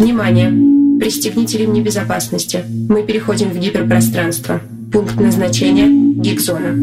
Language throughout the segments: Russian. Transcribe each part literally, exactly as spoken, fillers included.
Внимание! Пристегните ремни безопасности. Мы переходим в гиперпространство. Пункт назначения – Гик-зона.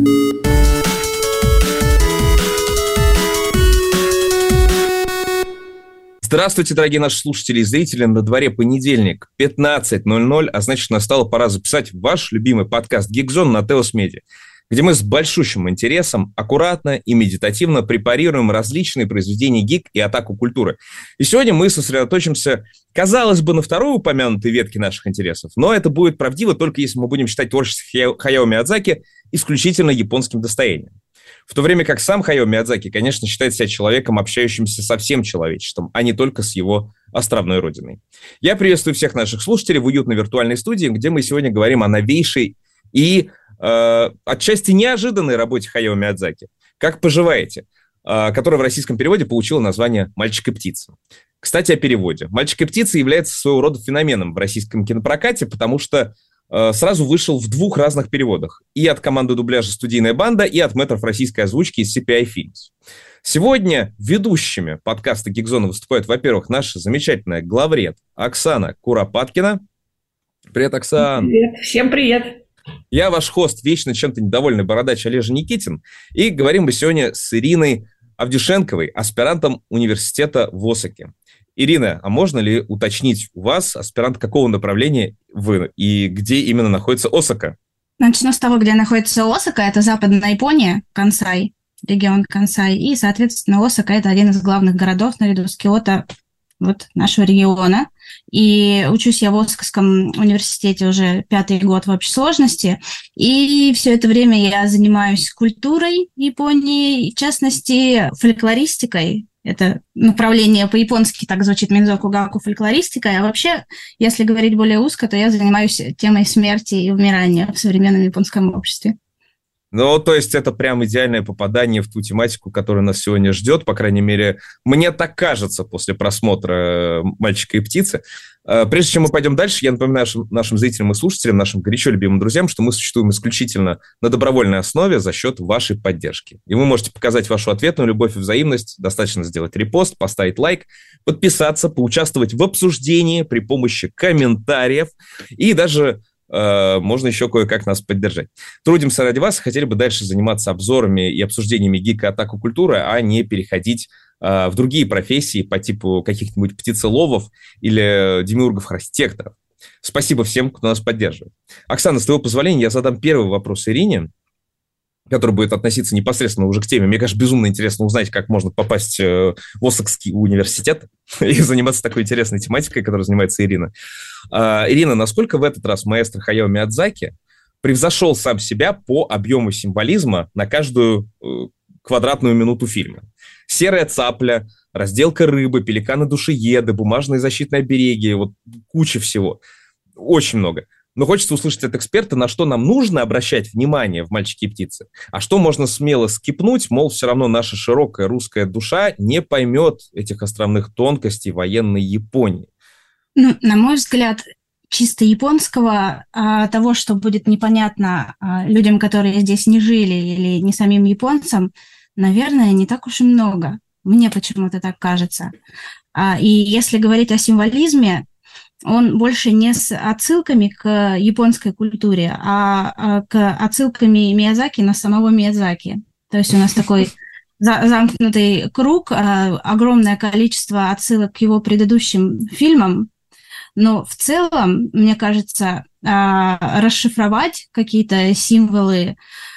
Здравствуйте, дорогие наши слушатели и зрители. На дворе понедельник, пятнадцать ноль ноль, а значит, настало пора записать ваш любимый подкаст «Гик-зона» на Теос Медиа, где мы с большущим интересом, аккуратно и медитативно препарируем различные произведения гик и атаку культуры. И сегодня мы сосредоточимся, казалось бы, на второй упомянутой ветке наших интересов, но это будет правдиво только если мы будем считать творчество Хаяо Миядзаки исключительно японским достоянием. В то время как сам Хаяо Миядзаки, конечно, считает себя человеком, общающимся со всем человечеством, а не только с его островной родиной. Я приветствую всех наших слушателей в уютной виртуальной студии, где мы сегодня говорим о новейшей и э, отчасти неожиданной работе Хаяо Миядзаки «Как поживаете?», э, которая в российском переводе получила название «Мальчик и птица». Кстати, о переводе. «Мальчик и птица» является своего рода феноменом в российском кинопрокате, потому что сразу вышел в двух разных переводах. И от команды дубляжа «Студийная банда», и от мэтров российской озвучки из си пи ай Films. Сегодня ведущими подкаста «Гик-зона» выступают, во-первых, наша замечательная главред Оксана Куропаткина. Привет, Оксан. Привет. Всем привет. Я ваш хост, вечно чем-то недовольный бородач Олежа Никитин. И говорим мы сегодня с Ириной Авдюшенковой, аспирантом университета в Осаке. Ирина, а можно ли уточнить у вас, аспирант какого направления вы и где именно находится Осака? Начну с того, где находится Осака. Это западная Япония, Кансай, регион Кансай. И, соответственно, Осака – это один из главных городов наряду с Киото вот, нашего региона. И учусь я в Осакском университете уже пятый год в общей сложности. И все это время я занимаюсь культурой Японии, в частности, фольклористикой. Это направление по-японски, так звучит Минзоку Гаку фольклористика. А вообще, если говорить более узко, то я занимаюсь темой смерти и умирания в современном японском обществе. Ну, то есть это прям идеальное попадание в ту тематику, которая нас сегодня ждет. По крайней мере, мне так кажется после просмотра «Мальчика и птицы». Прежде чем мы пойдем дальше, я напоминаю нашим зрителям и слушателям, нашим горячо любимым друзьям, что мы существуем исключительно на добровольной основе за счет вашей поддержки. И вы можете показать вашу ответную любовь и взаимность. Достаточно сделать репост, поставить лайк, подписаться, поучаствовать в обсуждении при помощи комментариев и даже... можно еще кое-как нас поддержать. Трудимся ради вас, хотели бы дальше заниматься обзорами и обсуждениями гика и атаку культуры, а не переходить э, в другие профессии по типу каких-нибудь птицеловов или демиургов-архитекторов. Спасибо всем, кто нас поддерживает. Оксана, с твоего позволения, я задам первый вопрос Ирине, который будет относиться непосредственно уже к теме. Мне, конечно, безумно интересно узнать, как можно попасть в Осакский университет и заниматься такой интересной тематикой, которой занимается Ирина. Ирина, насколько в этот раз маэстро Хаяо Миядзаки превзошел сам себя по объему символизма на каждую квадратную минуту фильма? Серая цапля, разделка рыбы, пеликаны-душееды, бумажные защитные обереги, вот куча всего. Очень много. Но хочется услышать от эксперта, на что нам нужно обращать внимание в «Мальчике и птице», а что можно смело скипнуть, мол, все равно наша широкая русская душа не поймет этих островных тонкостей военной Японии. Ну, на мой взгляд, чисто японского, а, того, что будет непонятно а, людям, которые здесь не жили, или не самим японцам, наверное, не так уж и много. Мне почему-то так кажется. А, и если говорить о символизме, он больше не с отсылками к японской культуре, а к отсылками Миядзаки на самого Миядзаки. То есть у нас такой замкнутый круг, огромное количество отсылок к его предыдущим фильмам. Но в целом, мне кажется, расшифровать какие-то символы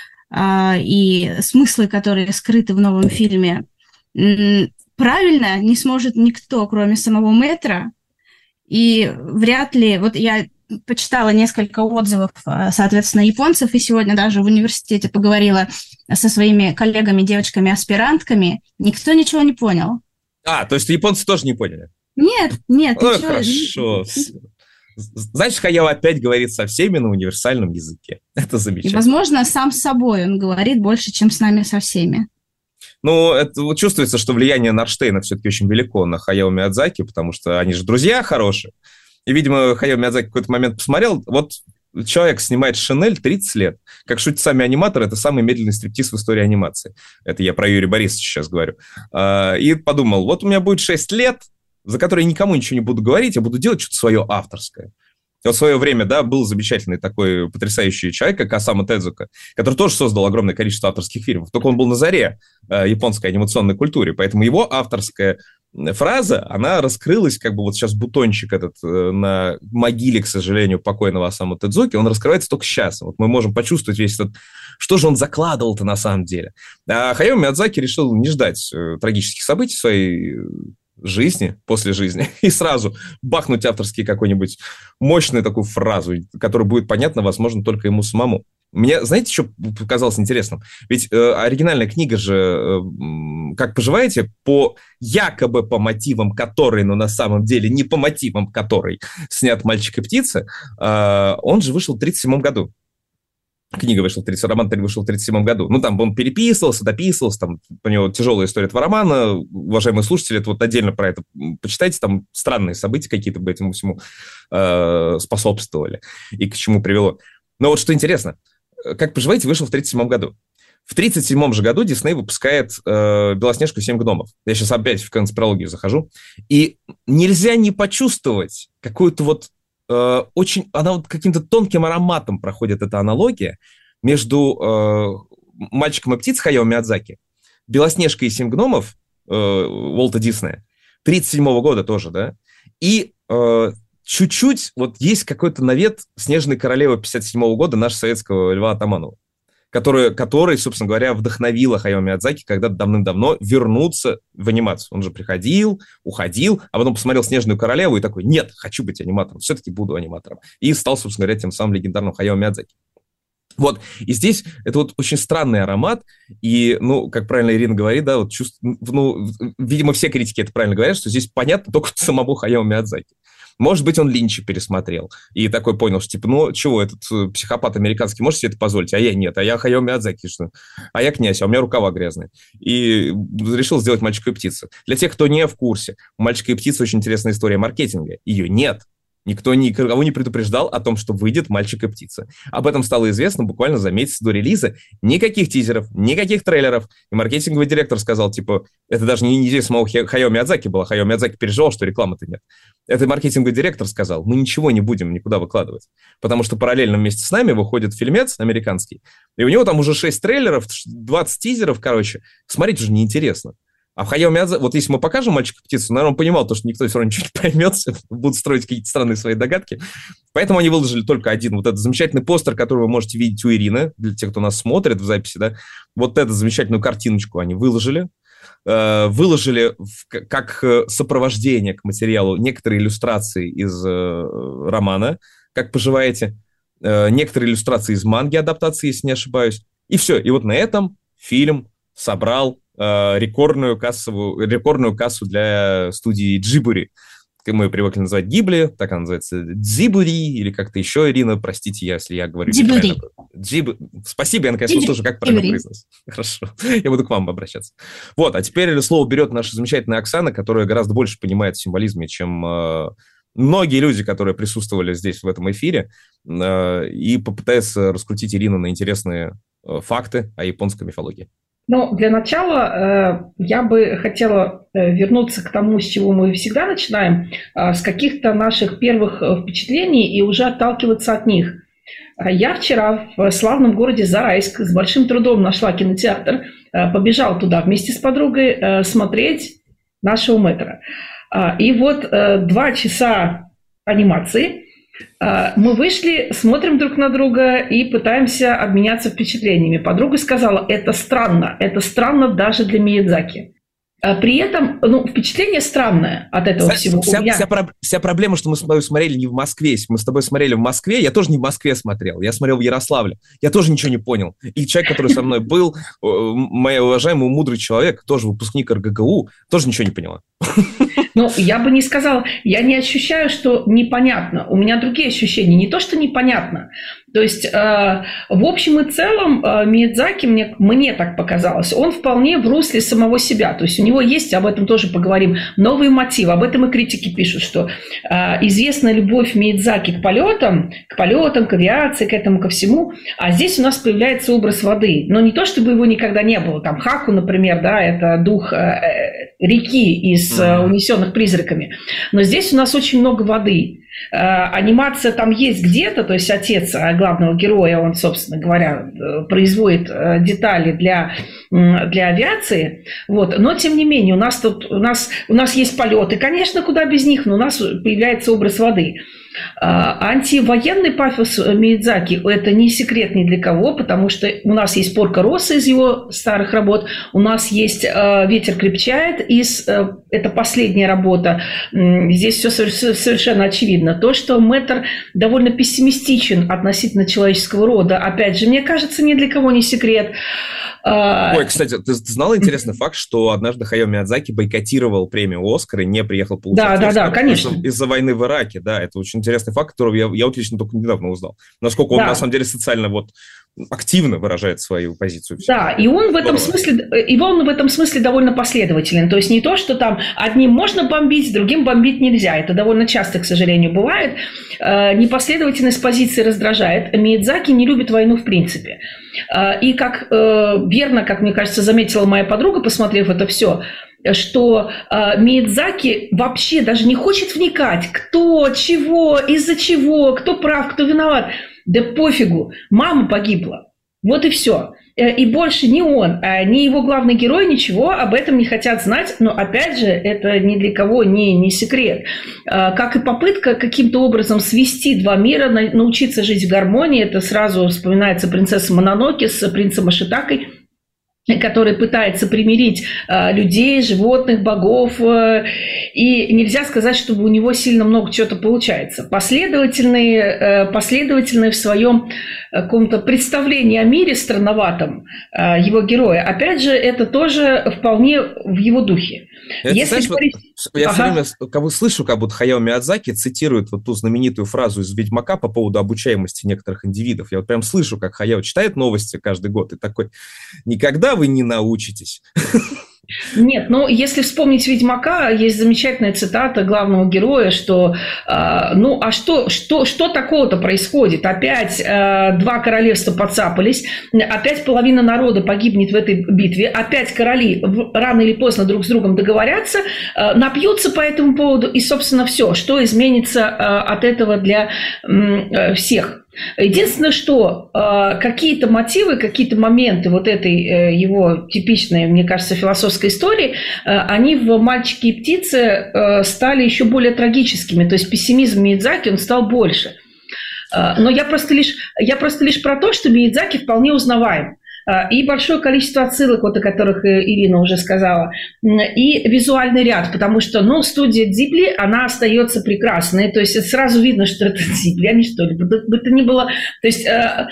и смыслы, которые скрыты в новом фильме, правильно не сможет никто, кроме самого мэтра. И вряд ли... Вот я почитала несколько отзывов, соответственно, японцев, и сегодня даже в университете поговорила со своими коллегами, девочками-аспирантками. Никто ничего не понял. А, то есть японцы тоже не поняли? Нет, нет. Ну, хорошо. Значит, Хаяо опять говорит со всеми на универсальном языке. Это замечательно. И, возможно, сам с собой он говорит больше, чем с нами со всеми. Ну, это вот чувствуется, что влияние Нарштейна все-таки очень велико на Хаяо Миядзаки, потому что они же друзья хорошие. И, видимо, Хаяо Миядзаки в какой-то момент посмотрел, вот человек снимает «Шинель» тридцать лет. Как шутят сами аниматоры, это самый медленный стриптиз в истории анимации. Это я про Юрия Борисовича сейчас говорю. И подумал, вот у меня будет шесть лет, за который я никому ничего не буду говорить, я буду делать что-то свое авторское. Вот в свое время, да, был замечательный такой потрясающий человек, как Осама Тедзука, который тоже создал огромное количество авторских фильмов, только он был на заре э, японской анимационной культуры, поэтому его авторская фраза, она раскрылась, как бы вот сейчас бутончик этот э, на могиле, к сожалению, покойного Осамы Тедзуки, он раскрывается только сейчас. Вот мы можем почувствовать весь этот... Что же он закладывал-то на самом деле? А Хаяо Миядзаки решил не ждать э, трагических событий в своей жизни, после жизни, и сразу бахнуть авторский какой-нибудь мощную такую фразу, которая будет понятна, возможно, только ему самому. Мне, знаете, что показалось интересным? Ведь э, оригинальная книга же э, «Как поживаете?» по якобы по мотивам которой, но на самом деле не по мотивам которой снят «Мальчик и птица», э, он же вышел в тридцать седьмом году. Книга вышла в тридцатом, роман вышел в тридцать седьмом году. Ну, там он переписывался, дописывался, там у него тяжелая история этого романа. Уважаемые слушатели, это вот отдельно про это почитайте, там странные события какие-то бы этому всему э, способствовали и к чему привело. Но вот что интересно, «Как поживаете» вышел в тридцать седьмом году. В тридцать седьмом же году Дисней выпускает э, «Белоснежку и семь гномов». Я сейчас опять в конспирологию захожу. И нельзя не почувствовать какую-то вот э, очень... Она вот каким-то тонким ароматом проходит эта аналогия между э, «Мальчиком и птицей» Хаяо Миядзаки, «Белоснежкой и семь гномов» э, Уолта Диснея, тридцать седьмого года тоже, да, и... Э, чуть-чуть вот есть какой-то навет «Снежной королевы» пятьдесят седьмого года нашего советского Льва Атаманова, который, который, собственно говоря, вдохновила Хаяо Миядзаки когда-то давным-давно вернуться в анимацию. Он же приходил, уходил, а потом посмотрел «Снежную королеву» и такой: нет, хочу быть аниматором, все-таки буду аниматором. И стал, собственно говоря, тем самым легендарным Хаяо Миядзаки. Вот, и здесь это вот очень странный аромат, и, ну, как правильно Ирина говорит, да, вот чувств... ну, видимо, все критики это правильно говорят, что здесь понятно только самому Хаяо Миядзаки. Может быть, он Линча пересмотрел и такой понял, что, типа, ну, чего, этот психопат американский может себе это позволить, а я нет, а я Хаяо Миядзаки, что? А я князь, а у меня рукава грязные. И решил сделать «Мальчика и птицу». Для тех, кто не в курсе, «Мальчика и птица» очень интересная история маркетинга. Ее нет. Никто никого не предупреждал о том, что выйдет «Мальчик и птица». Об этом стало известно буквально за месяц до релиза. Никаких тизеров, никаких трейлеров. И маркетинговый директор сказал, типа, это даже не идея самого Хаяо Миядзаки была. Хаяо Миядзаки переживал, что рекламы-то нет. Это маркетинговый директор сказал, мы ничего не будем никуда выкладывать. Потому что параллельно вместе с нами выходит фильмец американский. И у него там уже шесть трейлеров, двадцать тизеров, короче. Смотреть уже неинтересно. А в Хаяо Миядзаки, вот если мы покажем «Мальчика и птицу», наверное, он понимал, то, что никто все равно ничего не поймет, будут строить какие-то странные свои догадки. Поэтому они выложили только один вот этот замечательный постер, который вы можете видеть у Ирины, для тех, кто нас смотрит в записи, да. Вот эту замечательную картиночку они выложили. Выложили в, как сопровождение к материалу некоторые иллюстрации из романа «Как поживаете», некоторые иллюстрации из манги адаптации, если не ошибаюсь. И все. И вот на этом фильм собрал рекордную кассовую, рекордную кассу для студии Джибури. Мы привыкли называть Гибли, так она называется, Дзибури, или как-то еще, Ирина, простите, если я говорю неправильно. Джиб... Спасибо, я наконец услышу, как правильно произносить. Хорошо, я буду к вам обращаться. Вот, а теперь слово берет наша замечательная Оксана, которая гораздо больше понимает в символизме, чем э, многие люди, которые присутствовали здесь, в этом эфире, э, и попытается раскрутить Ирину на интересные э, факты о японской мифологии. Ну, для начала э, я бы хотела э, вернуться к тому, с чего мы всегда начинаем, э, с каких-то наших первых впечатлений и уже отталкиваться от них. Я вчера в славном городе Зарайск с большим трудом нашла кинотеатр, э, побежала туда вместе с подругой э, смотреть нашего мэтра. Э, и вот э, два часа анимации. Мы вышли, смотрим друг на друга и пытаемся обменяться впечатлениями. Подруга сказала, это странно, это странно даже для Миядзаки. При этом, ну, впечатление странное от этого вся, всего. Вся, У меня... вся, вся проблема, что мы с тобой смотрели не в Москве. Если мы с тобой смотрели в Москве, я тоже не в Москве смотрел, я смотрел в Ярославле. Я тоже ничего не понял. И человек, который со мной был, мой уважаемый мудрый человек, тоже выпускник эр гэ гэ у, тоже ничего не поняла. Ну, я бы не сказала, я не ощущаю, что непонятно. У меня другие ощущения. Не то, что непонятно, То есть, в общем и целом, Миядзаки, мне, мне так показалось, он вполне в русле самого себя. То есть у него есть, об этом тоже поговорим, новые мотивы. Об этом и критики пишут, что известна любовь Миядзаки к полетам, к полетам, к авиации, к этому, ко всему. А здесь у нас появляется образ воды. Но не то, чтобы его никогда не было. Там Хаку, например, да, это дух реки из «Унесенных призраками». Но здесь у нас очень много воды. Анимация там есть где-то, то есть отец главного героя, он, собственно говоря, производит детали для, для авиации, вот. Но тем не менее у нас тут у нас, у нас есть полеты, конечно, куда без них, но у нас появляется образ воды. Антивоенный пафос Миядзаки – это не секрет ни для кого, потому что у нас есть «Порко Россо» из его старых работ, у нас есть «Ветер крепчает», из, это последняя работа. Здесь все совершенно очевидно. То, что Мэттер довольно пессимистичен относительно человеческого рода, опять же, мне кажется, ни для кого не секрет. Ой, кстати, ты знал интересный факт, что однажды Хаяо Миядзаки бойкотировал премию «Оскар» и не приехал получать да, «Оскар» да, да, конечно. из-за, из-за войны в Ираке. Да, это очень интересный факт, которого я, я вот лично только недавно узнал. Насколько он, да. на самом деле, социально вот активно выражает свою позицию. Да, и он в этом смысле, и он в этом смысле довольно последователен. То есть не то, что там одним можно бомбить, другим бомбить нельзя. Это довольно часто, к сожалению, бывает. Непоследовательность позиции раздражает. Миядзаки не любит войну в принципе. И как верно, как мне кажется, заметила моя подруга, посмотрев это все, что э, Миядзаки вообще даже не хочет вникать, кто, чего, из-за чего, кто прав, кто виноват. Да пофигу, мама погибла. Вот и все. И больше ни он, ни его главный герой ничего об этом не хотят знать. Но опять же, это ни для кого не, не секрет. Как и попытка каким-то образом свести два мира, научиться жить в гармонии. Это сразу вспоминается принцесса Мононоке с принцем Ашитакой, который пытается примирить э, людей, животных, богов, э, и нельзя сказать, чтобы у него сильно много чего-то получается. Последовательные, э, последовательные в своем э, каком-то представлении о мире странноватом э, его героя, опять же, это тоже вполне в его духе. Это, Если знаешь, говорить... вот, я ага. все время как бы слышу, как будто Хаяо Миядзаки цитирует вот ту знаменитую фразу из «Ведьмака» по поводу обучаемости некоторых индивидов. Я вот прям слышу, как Хаяо читает новости каждый год и такой: никогда вы не научитесь. Нет, ну, если вспомнить «Ведьмака», есть замечательная цитата главного героя, что, э, ну, а что, что, что такого-то происходит? Опять э, два королевства подцапались, опять половина народа погибнет в этой битве, опять короли рано или поздно друг с другом договорятся, э, напьются по этому поводу, и, собственно, все, что изменится э, от этого для э, всех. Единственное, что э, какие-то мотивы, какие-то моменты вот этой э, его типичной, мне кажется, философской истории, э, они в «Мальчике и птице» э, стали еще более трагическими. То есть пессимизм Миядзаки, он стал больше. Э, но я просто, лишь, я просто лишь про то, что Миядзаки вполне узнаваем. И большое количество отсылок, вот о которых Ирина уже сказала, и визуальный ряд, потому что, ну, студия Дзибли, она остается прекрасной, то есть сразу видно, что это Дзибли, а не что-либо, бы то ни было, то есть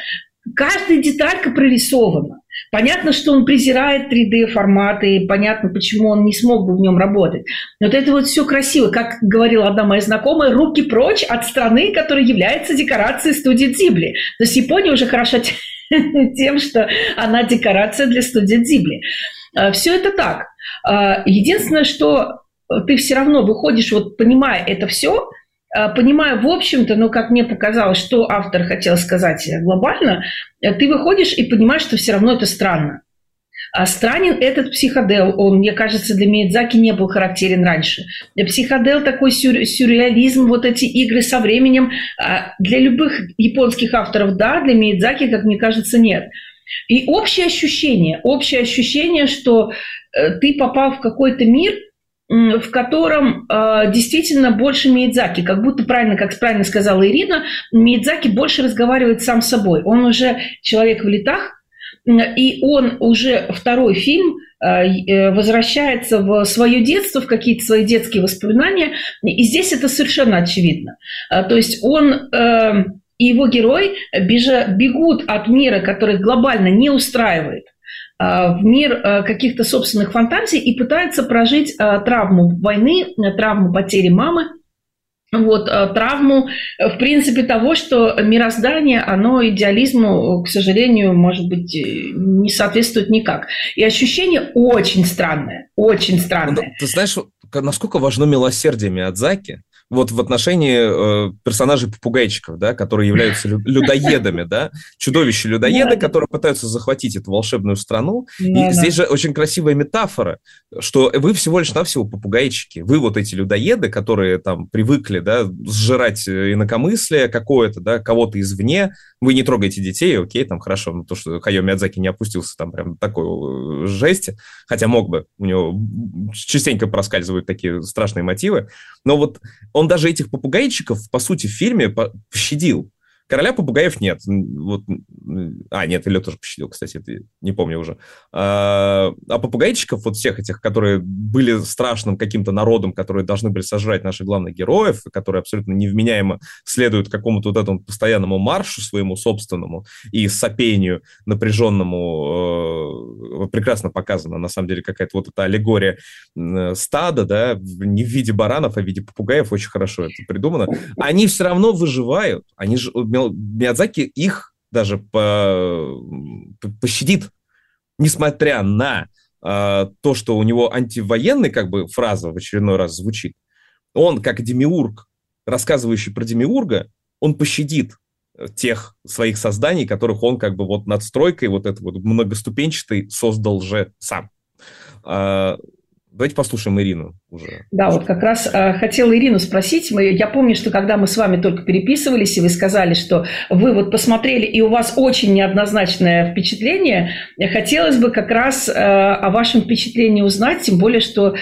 каждая деталька прорисована. Понятно, что он презирает три дэ-форматы, понятно, почему он не смог бы в нем работать. Но вот это вот все красиво. Как говорила одна моя знакомая, руки прочь от страны, которая является декорацией студии Дзибли. То есть Япония уже хороша тем, что она декорация для студии Дзибли. Все это так. Единственное, что ты все равно выходишь, вот понимая это все, понимая, в общем-то, ну, как мне показалось, что автор хотел сказать глобально, ты выходишь и понимаешь, что все равно это странно. А странен этот психодел, он, мне кажется, для Миядзаки не был характерен раньше. Психодел, такой сюр- сюрреализм, вот эти игры со временем, для любых японских авторов да, для Миядзаки, как мне кажется, нет. И общее ощущение, общее ощущение, что ты попал в какой-то мир, в котором э, действительно больше Миядзаки. Как будто правильно, как правильно сказала Ирина, Миядзаки больше разговаривает сам с собой. Он уже человек в летах, и он уже второй фильм э, возвращается в свое детство, в какие-то свои детские воспоминания. И здесь это совершенно очевидно. Э, то есть он э, и его герой бежа, бегут от мира, который глобально не устраивает, в мир каких-то собственных фантазий и пытается прожить травму войны, травму потери мамы, Вот, травму, в принципе, того, что мироздание, оно идеализму, к сожалению, может быть, не соответствует никак. И ощущение очень странное, очень странное. Ты знаешь, насколько важно милосердие Миядзаки вот в отношении э, персонажей-попугайчиков, да, которые являются людоедами, да, чудовища-людоеды, которые пытаются захватить эту волшебную страну. И здесь же очень красивая метафора, что вы всего лишь навсего попугайчики. Вы вот эти людоеды, которые там привыкли, да, сжирать инакомыслие какое-то, да, кого-то извне. Вы не трогаете детей, окей, там хорошо, но то, что Хаяо Миядзаки не опустился там прям такой жести, хотя мог бы, у него частенько проскальзывают такие страшные мотивы, но вот он даже этих попугайчиков, по сути, в фильме пощадил. Короля попугаев нет. Вот, а, нет, или тоже пощадил, кстати, это не помню уже. А, а попугайчиков, вот всех этих, которые были страшным каким-то народом, которые должны были сожрать наших главных героев, которые абсолютно невменяемо следуют какому-то вот этому постоянному маршу своему собственному и сопению напряженному, э, прекрасно показана, на самом деле, какая-то вот эта аллегория стада, да, не в виде баранов, а в виде попугаев, очень хорошо это придумано. Они все равно выживают. Они же... Миядзаки их даже по, пощадит, несмотря на э, то, что у него антивоенный, как бы, фраза в очередной раз звучит. Он, как демиург, рассказывающий про демиурга, он пощадит тех своих созданий, которых он, как бы, вот надстройкой вот этой вот многоступенчатой создал же сам. Э, Давайте послушаем Ирину уже. Да, вот как раз э, хотела Ирину спросить. Мы, я помню, что когда мы с вами только переписывались, и вы сказали, что вы вот посмотрели, и у вас очень неоднозначное впечатление, хотелось бы как раз э, о вашем впечатлении узнать, тем более, что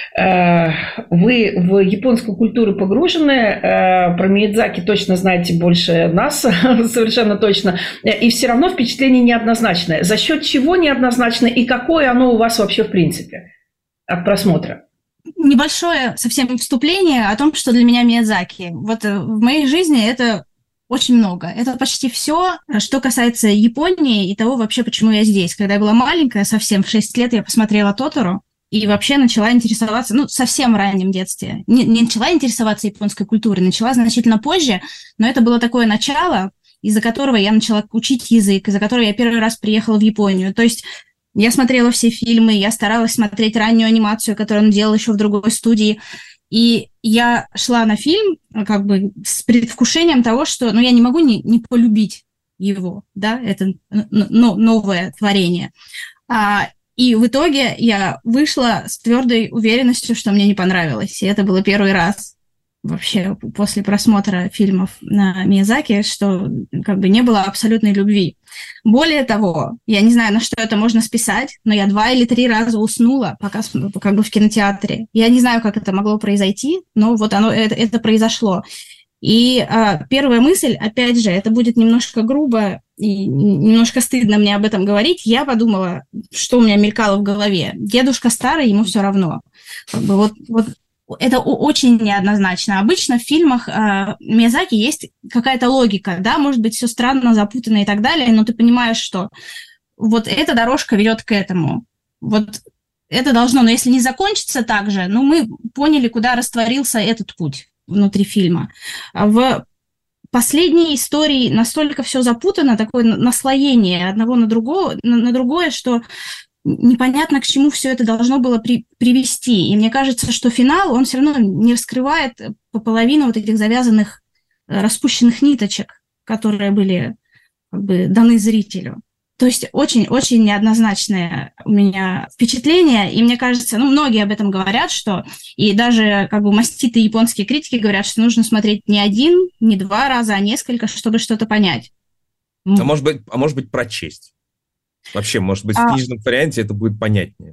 э, вы в японскую культуру погружены, э, про Миядзаки точно знаете больше нас, совершенно точно, и все равно впечатление неоднозначное. За счет чего неоднозначное, и какое оно у вас вообще в принципе? От просмотра. Небольшое совсем вступление о том, что для меня Миядзаки. Вот в моей жизни это очень много. Это почти все, что касается Японии и того вообще, почему я здесь. Когда я была маленькая, совсем в шесть лет, я посмотрела Тоторо и вообще начала интересоваться, ну, совсем в раннем детстве. Не, не начала интересоваться японской культурой, начала значительно позже, но это было такое начало, из-за которого я начала учить язык, из-за которого я первый раз приехала в Японию. То есть я смотрела все фильмы, я старалась смотреть раннюю анимацию, которую он делал еще в другой студии. И я шла на фильм как бы с предвкушением того, что ну, я не могу не, не полюбить его, да, это но, новое творение. А, и в итоге я вышла с твердой уверенностью, что мне не понравилось. И это было первый раз вообще после просмотра фильмов на Миядзаки, что как бы не было абсолютной любви. Более того, я не знаю, на что это можно списать, но я два или три раза уснула, пока как бы в кинотеатре. Я не знаю, как это могло произойти, но вот оно, это, это произошло. И а, первая мысль, опять же, это будет немножко грубо и немножко стыдно мне об этом говорить. Я подумала, что у меня мелькало в голове. Дедушка старый, ему все равно. Как бы вот, вот это очень неоднозначно. Обычно в фильмах э, Миядзаки есть какая-то логика, да, может быть, все странно, запутанно и так далее, но ты понимаешь, что вот эта дорожка ведет к этому. Вот это должно, но если не закончится так же, ну, мы поняли, куда растворился этот путь внутри фильма. В последней истории настолько все запутано, такое наслоение одного на другое, на, на другое, что непонятно, к чему все это должно было при, привести. И мне кажется, что финал, он все равно не раскрывает половину вот этих завязанных, распущенных ниточек, которые были как бы даны зрителю. То есть очень-очень неоднозначное у меня впечатление, и мне кажется, ну, многие об этом говорят, что, и даже как бы маститые японские критики говорят, что нужно смотреть не один, не два раза, а несколько, чтобы что-то понять. А может быть, а может быть прочесть? Вообще, может быть, в книжном а, варианте это будет понятнее.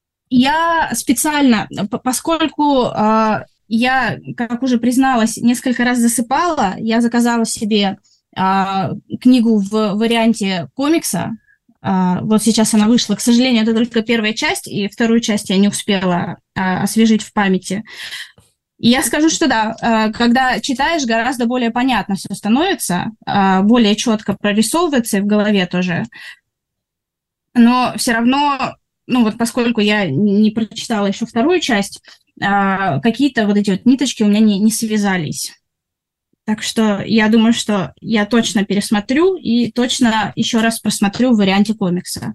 Я специально, поскольку э, я, как уже призналась, несколько раз засыпала, я заказала себе э, книгу в варианте комикса. Э, вот сейчас она вышла. К сожалению, это только первая часть, и вторую часть я не успела э, освежить в памяти. И я скажу, что да, э, когда читаешь, гораздо более понятно все становится, э, более четко прорисовывается и в голове тоже. Но все равно, ну вот поскольку я не прочитала еще вторую часть, какие-то вот эти вот ниточки у меня не, не связались. Так что я думаю, что я точно пересмотрю и точно еще раз просмотрю в варианте комикса.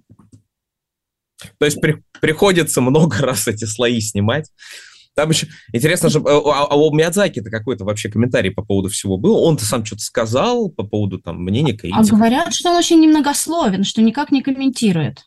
То есть при, приходится много раз эти слои снимать. Там еще интересно, что, а, а у Миядзаки-то какой-то вообще комментарий по поводу всего был? Он-то сам что-то сказал по поводу там мнения критиков? А говорят, что он очень немногословен, что никак не комментирует.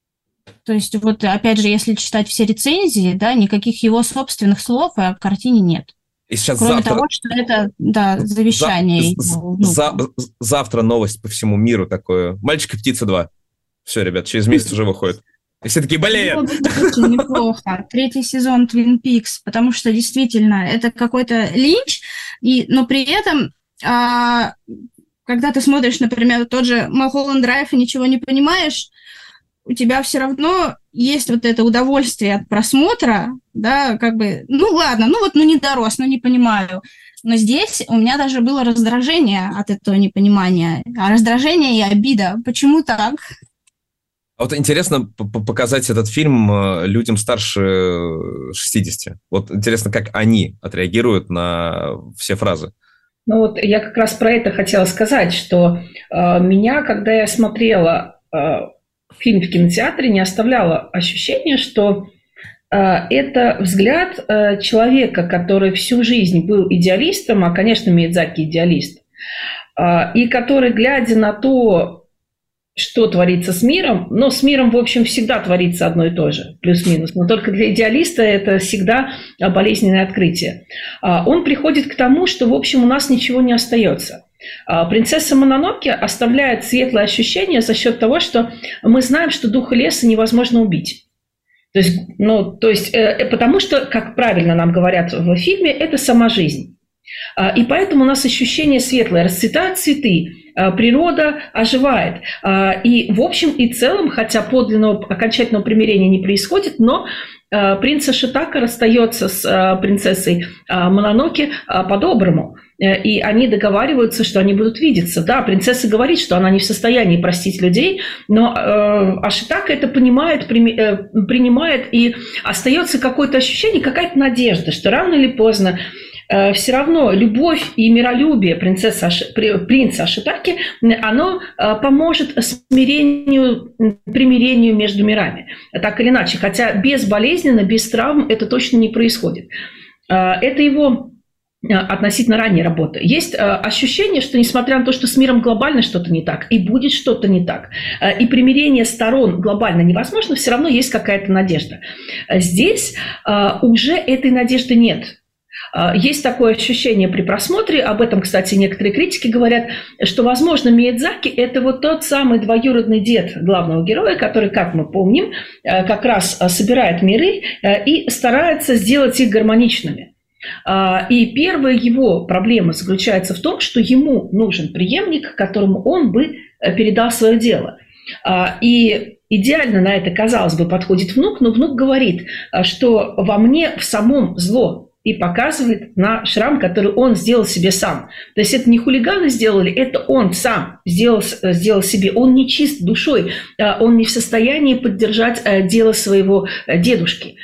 То есть вот опять же, если читать все рецензии, да, никаких его собственных слов о картине нет. И сейчас Кроме завтра... того, что это, да, завещание. За... Его, за... Завтра новость по всему миру такое. «Мальчик и птица два». Все, ребят, через месяц уже выходит. И все такие, блин! Очень неплохо. Третий сезон Twin Peaks, потому что действительно это какой-то Линч, и, но при этом, а, когда ты смотришь, например, тот же Малхолланд Драйв и ничего не понимаешь, у тебя все равно есть вот это удовольствие от просмотра, да, как бы, ну ладно, ну вот, ну не дорос, ну не понимаю. Но здесь у меня даже было раздражение от этого непонимания. А раздражение и обида. Почему так? А вот интересно показать этот фильм людям старше шестидесяти. Вот интересно, как они отреагируют на все фразы. Ну вот я как раз про это хотела сказать, что э, меня, когда я смотрела э, фильм в кинотеатре, не оставляло ощущение, что э, это взгляд э, человека, который всю жизнь был идеалистом, а, конечно, Миядзаки идеалист, э, и который, глядя на то, что творится с миром, но с миром, в общем, всегда творится одно и то же, плюс-минус, но только для идеалиста это всегда болезненное открытие. Он приходит к тому, что, в общем, у нас ничего не остается. Принцесса Мононоке оставляет светлое ощущение за счет того, что мы знаем, что духа леса невозможно убить. То есть, ну, то есть, потому что, как правильно нам говорят в фильме, это сама жизнь. И поэтому у нас ощущение светлое. Расцветают цветы, природа оживает. И в общем и целом, хотя подлинного окончательного примирения не происходит, но принц Шитака расстается с принцессой Мононоке по-доброму. И они договариваются, что они будут видеться. Да, принцесса говорит, что она не в состоянии простить людей, но Ашитака это понимает, принимает, и остается какое-то ощущение, какая-то надежда, что рано или поздно все равно любовь и миролюбие принцессы, принца Ашитаки, оно поможет смирению, примирению между мирами. Так или иначе, хотя безболезненно, без травм это точно не происходит. Это его относительно ранней работы. Есть ощущение, что несмотря на то, что с миром глобально что-то не так, и будет что-то не так, и примирение сторон глобально невозможно, все равно есть какая-то надежда. Здесь уже этой надежды нет. Есть такое ощущение при просмотре, об этом, кстати, некоторые критики говорят, что, возможно, Миядзаки – это вот тот самый двоюродный дед главного героя, который, как мы помним, как раз собирает миры и старается сделать их гармоничными. И первая его проблема заключается в том, что ему нужен преемник, которому он бы передал свое дело. И идеально на это, казалось бы, подходит внук, но внук говорит, что во мне в самом зло, и показывает на шрам, который он сделал себе сам. То есть это не хулиганы сделали, это он сам сделал, сделал себе. Он не чист душой, он не в состоянии поддержать дело своего дедушки.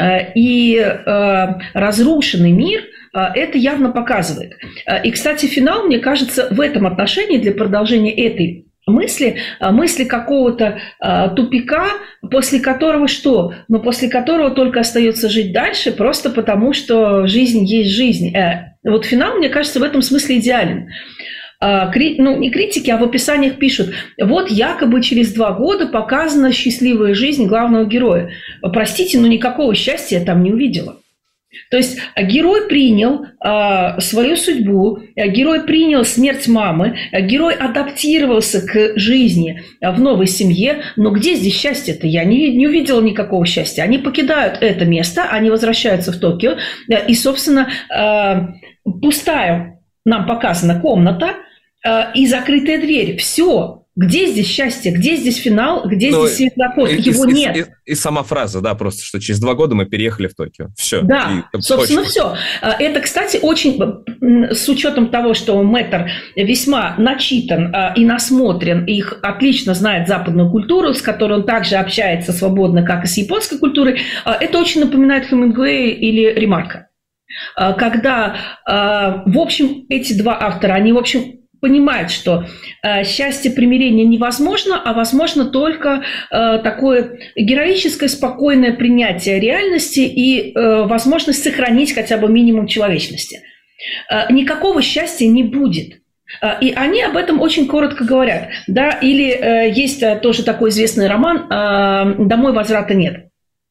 И разрушенный мир это явно показывает. И, кстати, финал, мне кажется, в этом отношении для продолжения этой мысли, мысли какого-то а, тупика, после которого что? Ну, после которого только остается жить дальше, просто потому, что жизнь есть жизнь. Э, вот финал, мне кажется, в этом смысле идеален. А, кри, ну, не критики, а в описаниях пишут, вот якобы через два года показана счастливая жизнь главного героя. Простите, но никакого счастья я там не увидела. То есть герой принял э, свою судьбу, герой принял смерть мамы, герой адаптировался к жизни в новой семье, но где здесь счастье-то? Я не, не увидела никакого счастья. Они покидают это место, они возвращаются в Токио, и, собственно, э, пустая нам показана комната э, и закрытая дверь. Все. Где здесь счастье? Где здесь финал? Где ну, здесь светлоход? И, Его и, нет. И, и, и сама фраза, да, просто, что через два года мы переехали в Токио. Все. Да, и, собственно, точно. все. Это, кстати, очень, с учетом того, что Мэттер весьма начитан и насмотрен, и отлично знает западную культуру, с которой он также общается свободно, как и с японской культурой, это очень напоминает Хемингуэя или Ремарка. Когда, в общем, эти два автора, они, в общем, понимают, что э, счастье примирения невозможно, а возможно только э, такое героическое, спокойное принятие реальности и э, возможность сохранить хотя бы минимум человечности. Э, никакого счастья не будет. Э, и они об этом очень коротко говорят. Да? Или э, есть э, тоже такой известный роман э, «Домой возврата нет».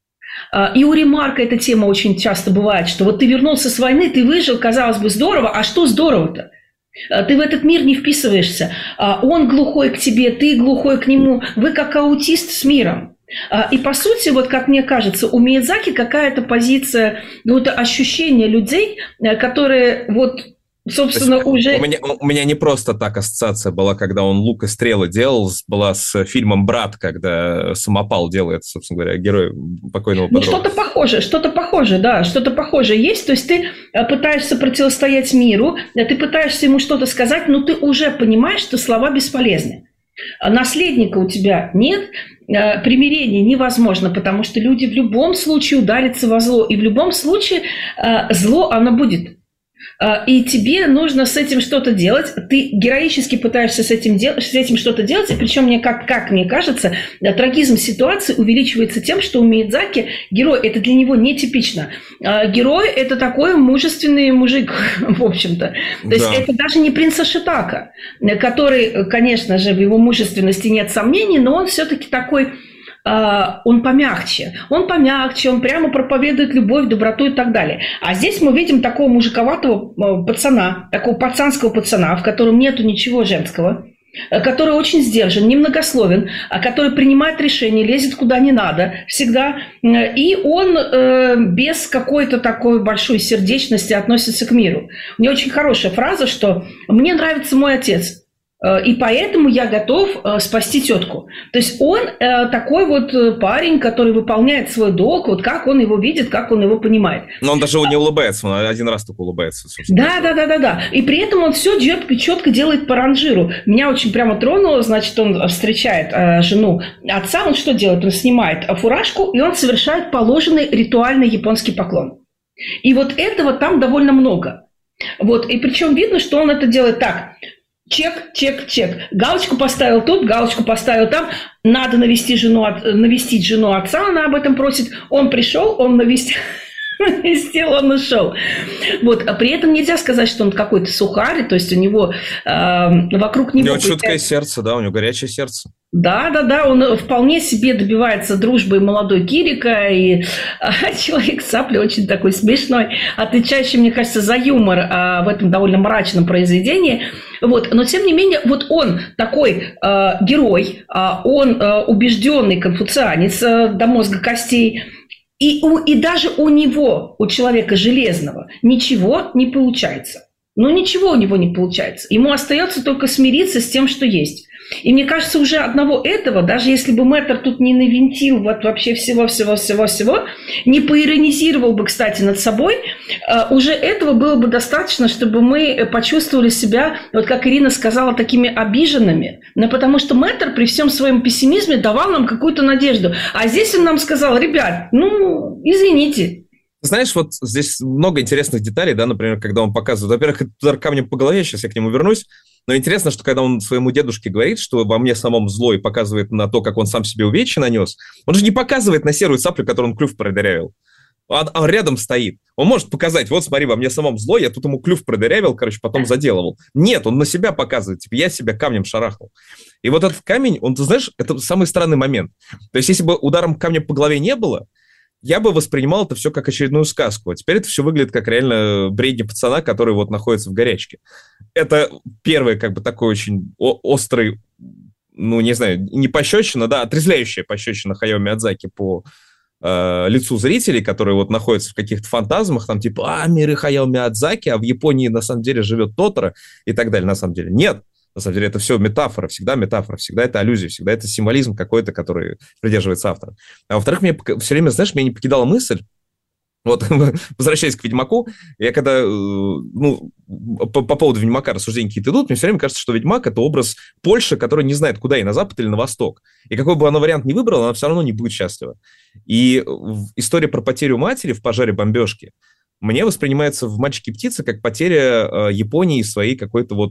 И у Ремарка эта тема очень часто бывает, что вот ты вернулся с войны, ты выжил, казалось бы, здорово, а что здорово-то? Ты в этот мир не вписываешься. Он глухой к тебе, ты глухой к нему. Вы как аутист с миром. И по сути, вот как мне кажется, у Миядзаки какая-то позиция, ну, это ощущение людей, которые вот... Собственно, уже... У меня, у меня не просто так ассоциация была, когда он «Лук и стрелы» делал, была с фильмом «Брат», когда самопал делает, собственно говоря, герой покойного Ну, подруга. что-то похожее, что-то похожее, да, что-то похожее есть. То есть ты пытаешься противостоять миру, ты пытаешься ему что-то сказать, но ты уже понимаешь, что слова бесполезны. Наследника у тебя нет, примирение невозможно, потому что люди в любом случае ударятся во зло, и в любом случае зло оно будет. И тебе нужно с этим что-то делать. Ты героически пытаешься с этим, дел- с этим что-то делать. И причем, мне, как, как мне кажется, трагизм ситуации увеличивается тем, что у Миядзаки герой – это для него нетипично. Герой – это такой мужественный мужик, в общем-то. То да. есть это даже не принц Ашитака, который, конечно же, в его мужественности нет сомнений, но он все-таки такой... он помягче, он помягче, он прямо проповедует любовь, доброту и так далее. А здесь мы видим такого мужиковатого пацана, такого пацанского пацана, в котором нету ничего женского, который очень сдержан, немногословен, который принимает решения, лезет куда не надо всегда. И он э, без какой-то такой большой сердечности относится к миру. У него очень хорошая фраза, что «мне нравится мой отец». И поэтому я готов спасти тетку. То есть он такой вот парень, который выполняет свой долг, вот как он его видит, как он его понимает. Но он даже не улыбается, он один раз только улыбается. Да, да, да, да, да. И при этом он все четко, четко делает по ранжиру. Меня очень прямо тронуло, значит, он встречает жену отца, он что делает? Он снимает фуражку, и он совершает положенный ритуальный японский поклон. И вот этого там довольно много. Вот. И причем видно, что он это делает так. Чек, чек, чек. Галочку поставил тут, галочку поставил там. Надо навести жену, навестить жену отца, она об этом просит. Он пришел, он навестил, навестил он ушел. Вот. А при этом нельзя сказать, что он какой-то сухарь, то есть у него э, вокруг него... У него чуткое сердце, да, у него горячее сердце. Да, да, да, он вполне себе добивается дружбы молодой Кирика, и а, Человек-цапля очень такой смешной, отвечающий, мне кажется, за юмор а, в этом довольно мрачном произведении. Вот. Но, тем не менее, вот он такой а, герой, а, он а, убежденный конфуцианец а, до мозга костей, и, у, и даже у него, у человека железного, ничего не получается. Ну, ничего у него не получается. Ему остается только смириться с тем, что есть. И мне кажется, уже одного этого, даже если бы Мэттер тут не навинтил вот вообще всего-всего-всего-всего, не поиронизировал бы, кстати, над собой, уже этого было бы достаточно, чтобы мы почувствовали себя, вот как Ирина сказала, такими обиженными. Но потому что Мэттер при всем своем пессимизме давал нам какую-то надежду. А здесь он нам сказал: ребят, ну, извините. Знаешь, вот здесь много интересных деталей, да, например, когда он показывает, во-первых, этот удар камнем по голове, сейчас я к нему вернусь, но интересно, что когда он своему дедушке говорит, что во мне самом зло, и показывает на то, как он сам себе увечья нанес, он же не показывает на серую цаплю, которую он клюв продырявил. Он, он рядом стоит. Он может показать: вот смотри, во мне самом зло, я тут ему клюв продырявил, короче, потом заделывал. Нет, он на себя показывает, типа, я себя камнем шарахнул. И вот этот камень, он, ты знаешь, это самый странный момент. То есть если бы ударом камня по голове не было, я бы воспринимал это все как очередную сказку. А теперь это все выглядит как реально бредни пацана, который вот находится в горячке. Это первый, как бы, такой очень острый, ну, не знаю, не пощечина, да, отрезвляющая пощечина Хаяо Миядзаки по э, лицу зрителей, которые вот находятся в каких-то фантазмах, там типа, а, миры Хаяо Миядзаки, а в Японии на самом деле живет Тоторо и так далее, на самом деле. Нет. На самом деле это все метафора, всегда метафора, всегда это аллюзия, всегда это символизм какой-то, который придерживается автор. А во-вторых, мне все время, знаешь, меня не покидала мысль, вот, возвращаясь к «Ведьмаку», я когда, ну, по, по поводу «Ведьмака» рассуждения какие-то идут, мне все время кажется, что «Ведьмак» — это образ Польши, который не знает, куда, и на запад или на восток. И какой бы она вариант ни выбрала, она все равно не будет счастлива. И история про потерю матери в пожаре бомбежки мне воспринимается в «Мальчике и птице» как потеря Японии своей какой-то вот...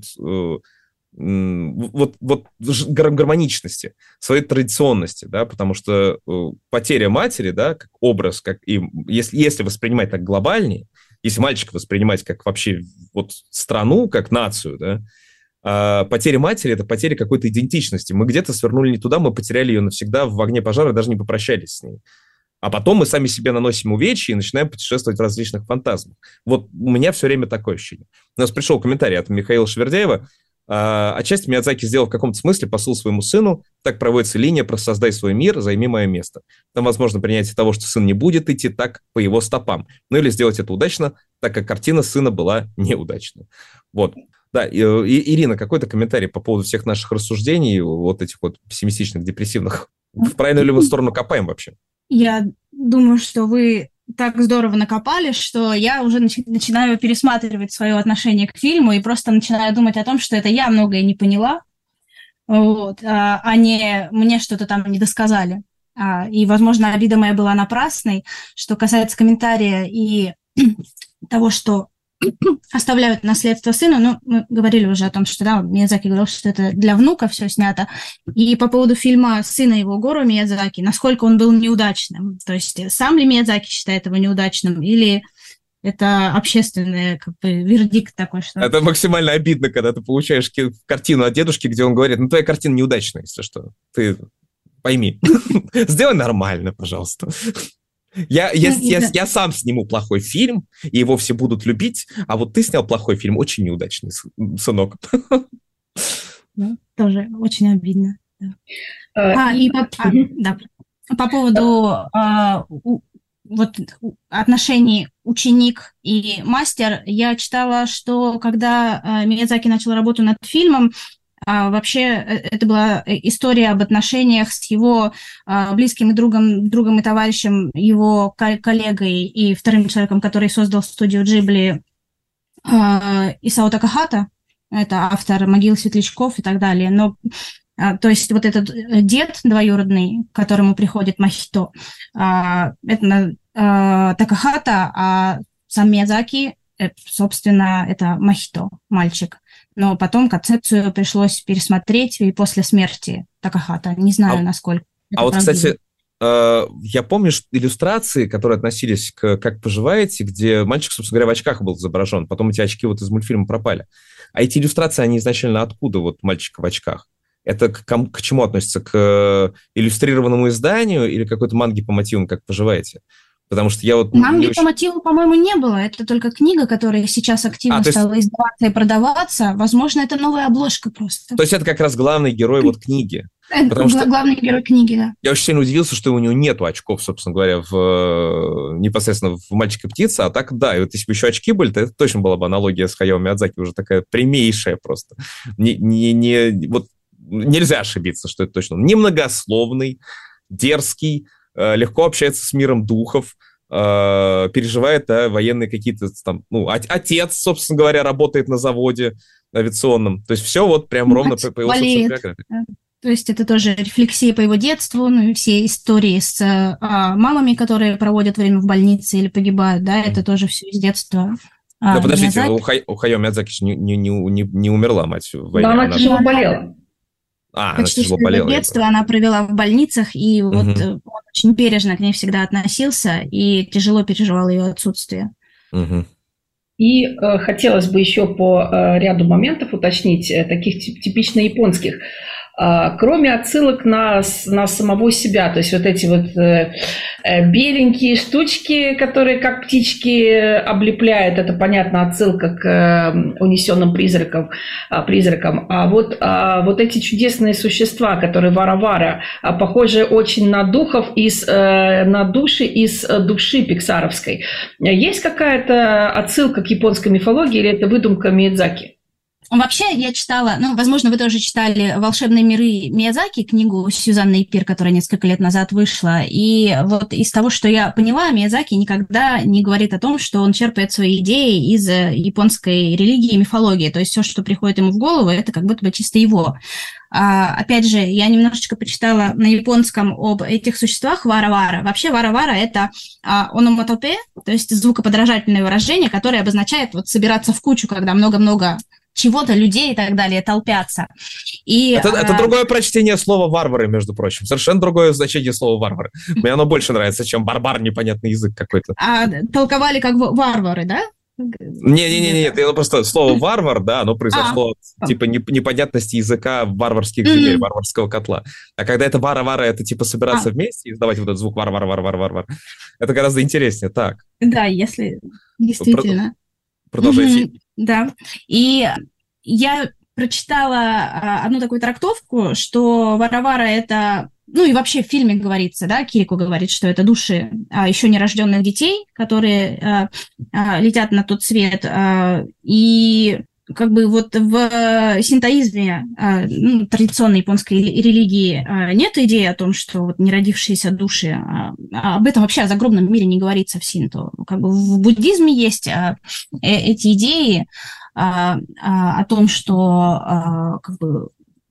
Вот, вот гармоничности, своей традиционности, да, потому что потеря матери, да, как образ, как и если, если воспринимать так глобальнее, если мальчика воспринимать как вообще вот страну, как нацию, да, а потеря матери — это потеря какой-то идентичности. Мы где-то свернули не туда, мы потеряли ее навсегда в огне пожара, даже не попрощались с ней. А потом мы сами себе наносим увечья и начинаем путешествовать в различных фантазмах. Вот у меня все время такое ощущение. У нас пришел комментарий от Михаила Швердяева. Отчасти Миядзаки сделал в каком-то смысле посыл своему сыну. Так проводится линия про «создай свой мир, займи мое место». Там возможно принятие того, что сын не будет идти так по его стопам. Ну или сделать это удачно, так как картина сына была неудачной. Вот. Да, и, и, Ирина, какой-то комментарий по поводу всех наших рассуждений, вот этих вот пессимистичных, депрессивных. В правильную ли мы сторону копаем вообще? Я думаю, что вы так здорово накопали, что я уже начи- начинаю пересматривать свое отношение к фильму и просто начинаю думать о том, что это я многое не поняла, вот, а, а не мне что-то там не досказали. А, и, возможно, обида моя была напрасной. Что касается комментария и того, что оставляют наследство сыну, ну, мы говорили уже о том, что, да, Миядзаки говорил, что это для внука все снято. И по поводу фильма «Сына его Гору» Миядзаки, насколько он был неудачным. То есть сам ли Миядзаки считает его неудачным, или это общественный, как бы, вердикт такой, что... Это максимально обидно, когда ты получаешь картину от дедушки, где он говорит: ну, твоя картина неудачная, если что. Ты пойми. Сделай нормально, пожалуйста. Я, я, я, я сам сниму плохой фильм, и его все будут любить, а вот ты снял плохой фильм, очень неудачный, сынок. Да, тоже очень обидно. Да. А, и по, а, да, по поводу а, у, вот, отношений ученик и мастер, я читала, что когда а, Миядзаки начал работу над фильмом, А вообще, это была история об отношениях с его а, близким и другом, другом и товарищем, его коллегой и вторым человеком, который создал студию Джибли, а, Исао Такахата. Это автор «Могил светлячков» и так далее. Но, а, то есть вот этот дед двоюродный, к которому приходит Махито, а, это а, Такахата, а сам Миядзаки, собственно, это Махито, мальчик. Но потом концепцию пришлось пересмотреть и после смерти Такахата. Не знаю, а, насколько это А вот, правдиво. Кстати, я помню что иллюстрации, которые относились к «Как поживаете», где мальчик, собственно говоря, в очках был изображен. Потом эти очки вот из мультфильма пропали. А эти иллюстрации, они изначально откуда, вот мальчика в очках? Это к, к чему относится? К иллюстрированному изданию или какой-то манге по мотивам «Как поживаете»? Потому что я вот... Манги очень... по мотиву, по-моему, не было. Это только книга, которая сейчас активно а, стала есть... издаваться и продаваться. Возможно, это новая обложка просто. То есть это как раз главный герой вот книги. Это Потому гла- что главный герой книги, да. Я очень сильно удивился, что у него нету очков, собственно говоря, в, непосредственно в «Мальчик и птица». А так, да, и вот если бы еще очки были, то это точно была бы аналогия с Хаяо Миядзаки, уже такая прямейшая просто. Не, не, не, вот нельзя ошибиться, что это точно. Немногословный, дерзкий, легко общается с миром духов, э, переживает да, военные какие-то там... Ну, отец, собственно говоря, работает на заводе авиационном. То есть все вот прям ну, ровно по, по его собственной биографии. То есть это тоже рефлексия по его детству, ну и все истории с а, мамами, которые проводят время в больнице или погибают, да, это тоже все из детства. Да, а, подождите, у, Хай, у Хаяо Миядзаки не, не, не, не умерла мать в войне. Но она, она тяжело болела. А, Почти она тяжело болела. Детство она провела в больницах, и угу. вот он очень бережно к ней всегда относился и тяжело переживал ее отсутствие. Угу. И э, хотелось бы еще по э, ряду моментов уточнить, э, таких типично японских. Э, кроме отсылок на, на самого себя, то есть вот эти вот э, э, беленькие штучки, которые как птички облепляют, это, понятно, отсылка к э, унесенным призракам, э, призракам. А вот, э, вот эти чудесные существа, которые вара-вара, э, похожи очень на духов, из, э, на души из души пиксаровской. Есть какая-то отсылка к японской мифологии или это выдумка Миядзаки? Вообще, я читала, ну, возможно, вы тоже читали «Волшебные миры» Миядзаки, книгу Сюзанны Ипир, которая несколько лет назад вышла. И вот из того, что я поняла, Миядзаки никогда не говорит о том, что он черпает свои идеи из японской религии и мифологии. То есть все, что приходит ему в голову, это как будто бы чисто его. А, опять же, я немножечко почитала на японском об этих существах вара-вара. Вообще вара-вара – это а, ономатопе, то есть звукоподражательное выражение, которое обозначает вот собираться в кучу, когда много-много чего-то, людей и так далее толпятся. И, это, а... это другое прочтение слова «варвары», между прочим. Совершенно другое значение слова «варвары». Мне оно больше нравится, чем «барбар», непонятный язык какой-то. А толковали как варвары, да? Не-не-не, это просто слово «варвар», да, оно произошло а. типа непонятности языка варварских земель, mm-hmm. варварского котла. А когда это «вара-вара», это типа собираться а. вместе и издавать вот этот звук «вар-вар-вар-вар-вар-вар», это гораздо интереснее. Так. Да, если действительно. Продолжайте. Mm-hmm. Да, и я прочитала одну такую трактовку, что вара-вара – это, ну и вообще в фильме говорится, да, Кирико говорит, что это души а, еще нерожденных детей, которые а, а, летят на тот свет, а, и как бы вот в синтоизме, а, ну, традиционной японской религии а, нет идеи о том, что вот неродившиеся души, а, а об этом вообще о загробном мире не говорится в синто. Как бы в буддизме есть а, э, эти идеи а, а, о том, что а, как бы,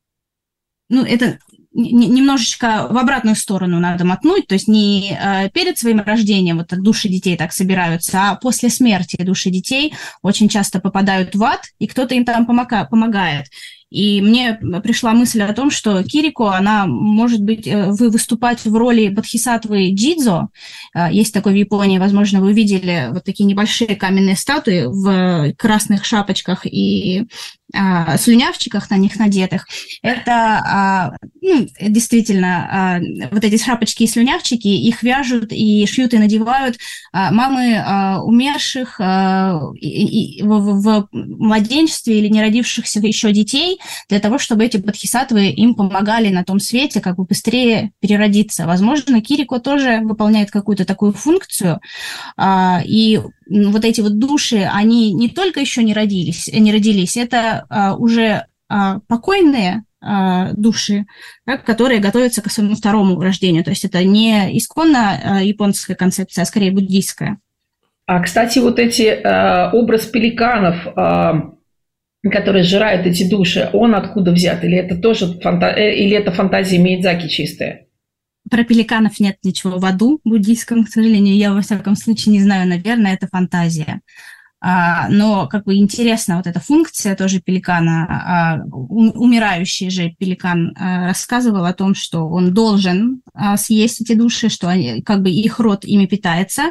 ну, это немножечко в обратную сторону надо мотнуть, то есть не перед своим рождением вот так души детей так собираются, а после смерти души детей очень часто попадают в ад, и кто-то им там помогает. И мне пришла мысль о том, что Кирико, она может быть выступать в роли бодхисаттвы Джидзо. Есть такой в Японии, возможно, вы видели вот такие небольшие каменные статуи в красных шапочках и а, слюнявчиках на них надетых. Это а, ну, действительно а, вот эти шапочки и слюнявчики, их вяжут и шьют и надевают а, мамы а, умерших а, и, и, в, в младенчестве или не родившихся еще детей, для того, чтобы эти бодхисаттвы им помогали на том свете как бы быстрее переродиться. Возможно, Кирико тоже выполняет какую-то такую функцию, а, и вот эти вот души, они не только еще не родились, не родились, это а, уже а, покойные а, души, да, которые готовятся к своему второму рождению. То есть это не исконно а, японская концепция, а скорее буддийская. А, кстати, вот эти а, образ пеликанов, а, которые сжирают эти души, он откуда взят? Или это тоже фанта... или это фантазия Миядзаки чистая? Про пеликанов нет ничего в аду буддийском, к сожалению. Я, во всяком случае, не знаю, наверное, это фантазия. А, но как бы интересна вот эта функция тоже пеликана. А, умирающий же пеликан а, рассказывал о том, что он должен а, съесть эти души, что они, как бы их род ими питается.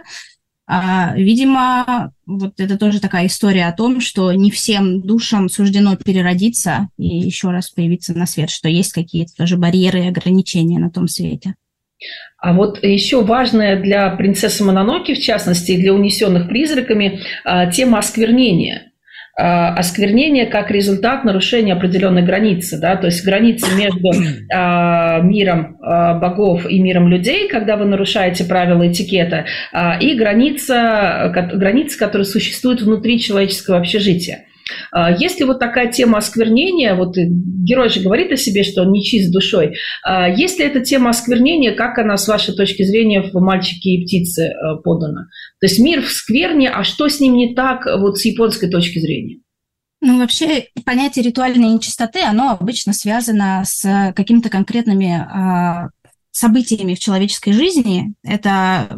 А, видимо, вот это тоже такая история о том, что не всем душам суждено переродиться и еще раз появиться на свет, что есть какие-то тоже барьеры и ограничения на том свете. А вот еще важная для принцессы Мононоке, в частности, и для унесенных призраками, тема осквернения. Осквернение как результат нарушения определенной границы, да, то есть границы между а, миром а, богов и миром людей, когда вы нарушаете правила этикета, а, и граница, границы, которые существуют внутри человеческого общежития. Если вот такая тема осквернения, вот герой же говорит о себе, что он не чист душой, если эта тема осквернения, как она, с вашей точки зрения, в «Мальчике и птице» подана? То есть мир в скверне, а что с ним не так вот с японской точки зрения? Ну, вообще, понятие ритуальной нечистоты, оно обычно связано с какими-то конкретными а, событиями в человеческой жизни. Это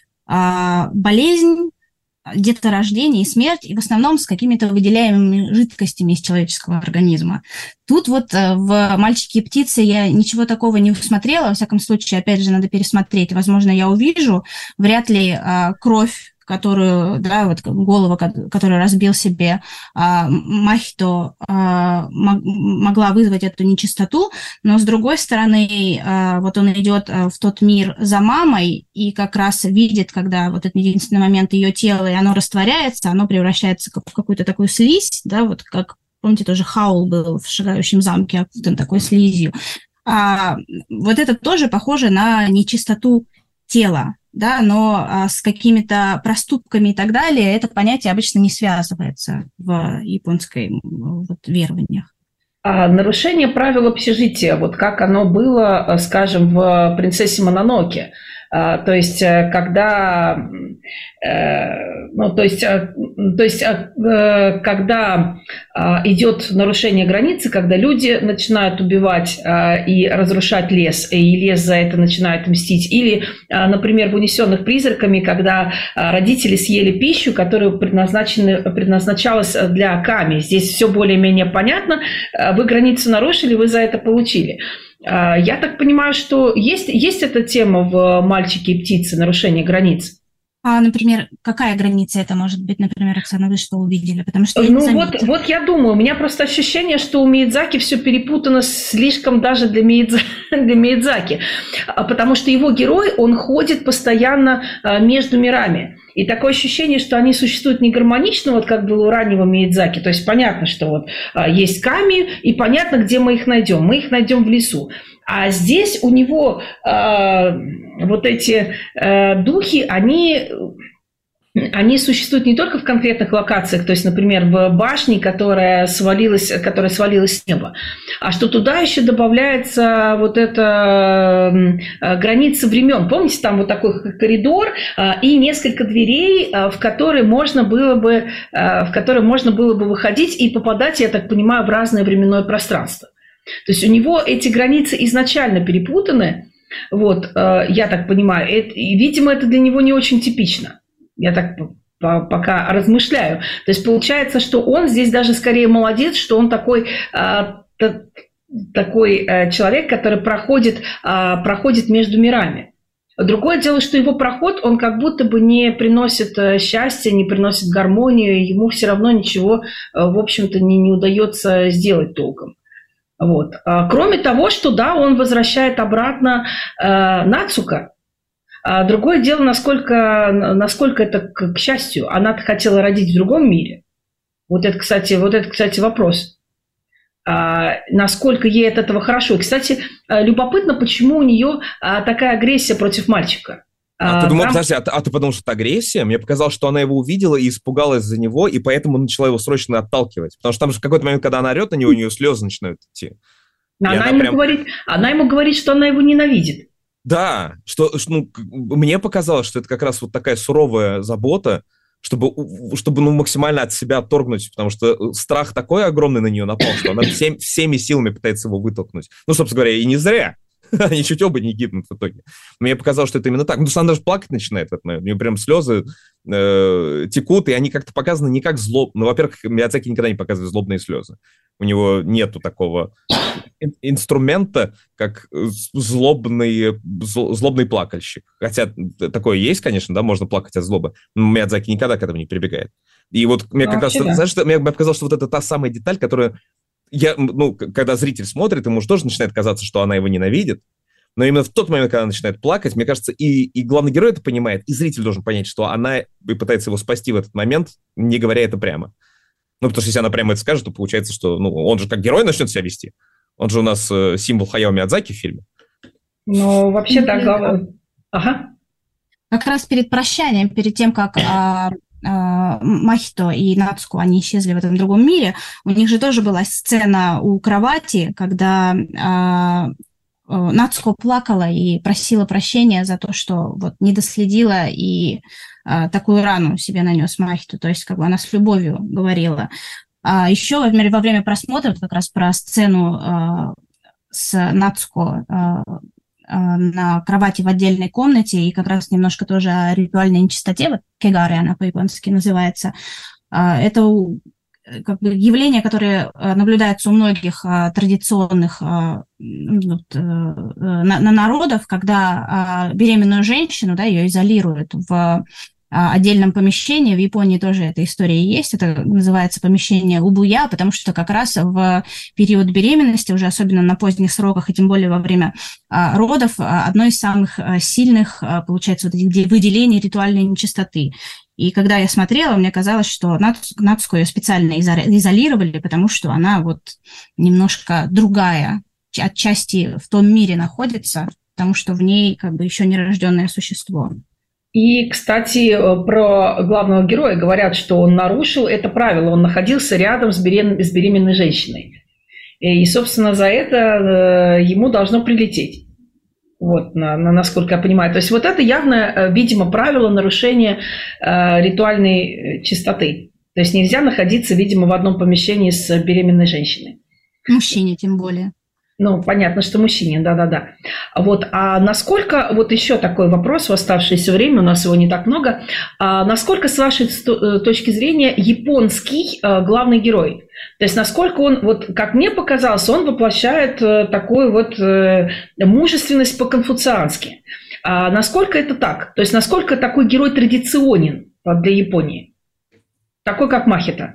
а, болезнь, деторождение и смерть, и в основном с какими-то выделяемыми жидкостями из человеческого организма. Тут вот в «Мальчике и птице» я ничего такого не усмотрела, во всяком случае, опять же, надо пересмотреть. Возможно, я увижу, вряд ли а, кровь, которую, да, вот голову, которую разбил себе а, Махито, а, могла вызвать эту нечистоту, но с другой стороны, а, вот он идет в тот мир за мамой и как раз видит, когда вот этот единственный момент ее тела, и оно растворяется, оно превращается в какую-то такую слизь, да, вот как, помните, тоже Хаул был в «Шагающем замке», окутан такой слизью. А, вот это тоже похоже на нечистоту тела. да, но а, с какими-то проступками и так далее это понятие обычно не связывается в японской вот, верованиях. А нарушение правил общежития, вот как оно было, скажем, в «Принцессе Мононоке». То есть, когда, ну, то есть, то есть, когда идет нарушение границы, когда люди начинают убивать и разрушать лес, и лес за это начинает мстить, или, например, в «Унесенных призраками», когда родители съели пищу, которая предназначалась для Ками. Здесь все более-менее понятно. Вы границу нарушили, вы за это получили. Я так понимаю, что есть, есть эта тема в «Мальчике и птице», нарушение границ. А, например, какая граница это может быть, например, Оксана, вы что увидели? Потому что я ну не вот, вот я думаю, у меня просто ощущение, что у Миядзаки все перепутано слишком даже для, Миядза, для Миядзаки, потому что его герой, он ходит постоянно между мирами. И такое ощущение, что они существуют не гармонично, вот как было у раннего Миядзаки. То есть понятно, что вот есть Ками, и понятно, где мы их найдем. Мы их найдем в лесу. А здесь у него э, вот эти э, духи, они, они существуют не только в конкретных локациях, то есть, например, в башне, которая свалилась, которая свалилась с неба, а что туда еще добавляется вот эта э, граница времен. Помните, там вот такой коридор э, и несколько дверей, э, в которые можно было бы, э, в которые можно было бы выходить и попадать, я так понимаю, в разное временное пространство. То есть у него эти границы изначально перепутаны, вот, э, я так понимаю, это, и, видимо, это для него не очень типично. Я так по, пока размышляю. То есть получается, что он здесь даже скорее молодец, что он такой, э, т, такой э, человек, который проходит, э, проходит между мирами. Другое дело, что его проход, он как будто бы не приносит счастья, не приносит гармонию, ему все равно ничего, в общем-то, не, не удается сделать толком. Вот. Кроме того, что да, он возвращает обратно э, Нацука. А другое дело, насколько, насколько это к, к счастью. Она-то хотела родить в другом мире. Вот это, кстати, вот это, кстати, вопрос. А, насколько ей от этого хорошо. И, кстати, любопытно, почему у нее а, такая агрессия против мальчика. А, а ты думал, там... подожди, а ты, а ты подумал, что это агрессия? Мне показалось, что она его увидела и испугалась за него, и поэтому начала его срочно отталкивать. Потому что там же в какой-то момент, когда она орет на него, у нее слезы начинают идти. Она, она, ему прям... говорит, она ему говорит, что она его ненавидит. Да, что, ну, мне показалось, что это как раз вот такая суровая забота, чтобы, чтобы ну, максимально от себя отторгнуть, потому что страх такой огромный на нее напал, что она всем, всеми силами пытается его вытолкнуть. Ну, собственно говоря, и не зря. Они чуть оба не гибнут в итоге. Мне показалось, что это именно так. Ну, она даже плакать начинает в этот момент. У нее прям слезы э, текут, и они как-то показаны не как злоб. Ну, во-первых, Миядзаки никогда не показывает злобные слезы. У него нету такого инструмента, как злобный, злобный плакальщик. Хотя такое есть, конечно, да, можно плакать от злобы, но Миядзаки никогда к этому не прибегает. И вот мне, как раз, да. знаешь, что, мне показалось, что вот это та самая деталь, которая Я, ну, когда зритель смотрит, ему же тоже начинает казаться, что она его ненавидит, но именно в тот момент, когда она начинает плакать, мне кажется, и, и главный герой это понимает, и зритель должен понять, что она пытается его спасти в этот момент, не говоря это прямо. Ну, потому что если она прямо это скажет, то получается, что ну, он же как герой начнет себя вести. Он же у нас э, символ Хаяо Миядзаки в фильме. Ну, вообще так, главное... Ага. Как раз перед прощанием, перед тем, как... А... Махито и Нацуко, они исчезли в этом другом мире, у них же тоже была сцена у кровати, когда э, Нацуко плакала и просила прощения за то, что вот не доследила и э, такую рану себе нанес Махито, то есть как бы она с любовью говорила. А еще во время, во время просмотра как раз про сцену э, с Нацуко э, на кровати в отдельной комнате, и как раз немножко тоже о ритуальной нечистоте, вот кегаре она по-японски называется. Это как бы явление, которое наблюдается у многих традиционных народов, когда беременную женщину, да, ее изолируют в отдельном помещении. В Японии тоже эта история есть. Это называется помещение убуя, потому что как раз в период беременности, уже особенно на поздних сроках, и тем более во время родов, одно из самых сильных, получается, вот этих выделений ритуальной нечистоты. И когда я смотрела, мне казалось, что Нацуко ее специально изолировали, потому что она вот немножко другая, отчасти в том мире находится, потому что в ней как бы еще нерожденное существо. И, кстати, про главного героя говорят, что он нарушил это правило, он находился рядом с, берем... с беременной женщиной. И, собственно, за это ему должно прилететь. Вот, на, на, насколько я понимаю. То есть вот это явно, видимо, правило нарушения э, ритуальной чистоты. То есть нельзя находиться, видимо, в одном помещении с беременной женщиной. Мужчине тем более. Ну, понятно, что мужчине, да-да-да. Вот, а насколько, вот еще такой вопрос в оставшееся время, у нас его не так много, а насколько, с вашей точки зрения, японский главный герой? То есть насколько он, вот как мне показалось, он воплощает такую вот мужественность по-конфуциански. А насколько это так? То есть насколько такой герой традиционен для Японии? Такой, как Махита?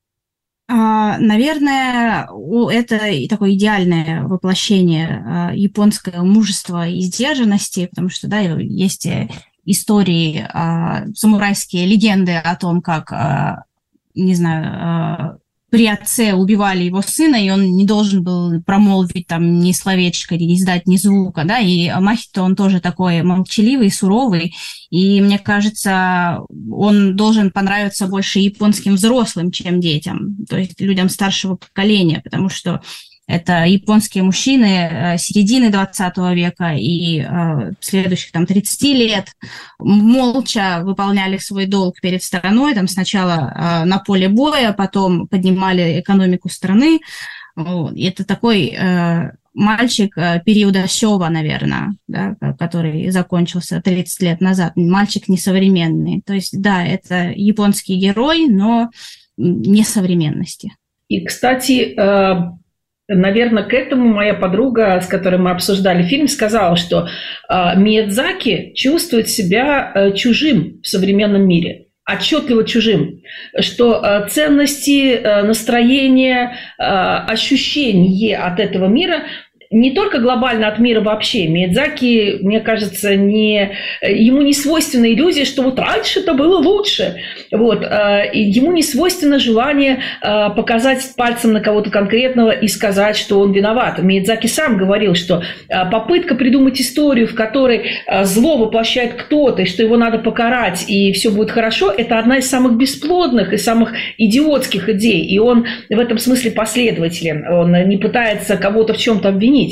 Наверное, это такое идеальное воплощение японского мужества и сдержанности, потому что, да, есть истории, самурайские легенды о том, как, не знаю, при отце убивали его сына, и он не должен был промолвить там ни словечко, ни издать ни звука, да, и Махито, он тоже такой молчаливый, суровый, и мне кажется, он должен понравиться больше японским взрослым, чем детям, то есть людям старшего поколения, потому что это японские мужчины середины двадцатого века и э, следующих там тридцати лет молча выполняли свой долг перед страной, там сначала э, на поле боя, потом поднимали экономику страны. Вот. И это такой э, мальчик э, периода Сёва, наверное, да, который закончился тридцать лет назад, мальчик несовременный. То есть, да, это японский герой, но не современности. И, кстати, э... наверное, к этому моя подруга, с которой мы обсуждали фильм, сказала, что э, Миядзаки чувствует себя э, чужим в современном мире, отчетливо чужим, что э, ценности, э, настроения, э, ощущение от этого мира не только глобально от мира вообще. Миядзаки, мне кажется, не, ему не свойственна иллюзия, что вот раньше это было лучше. Вот. Ему не свойственно желание показать пальцем на кого-то конкретного и сказать, что он виноват. Миядзаки сам говорил, что попытка придумать историю, в которой зло воплощает кто-то, и что его надо покарать, и все будет хорошо, это одна из самых бесплодных и самых идиотских идей. И он в этом смысле последователен. Он не пытается кого-то в чем-то обвинить.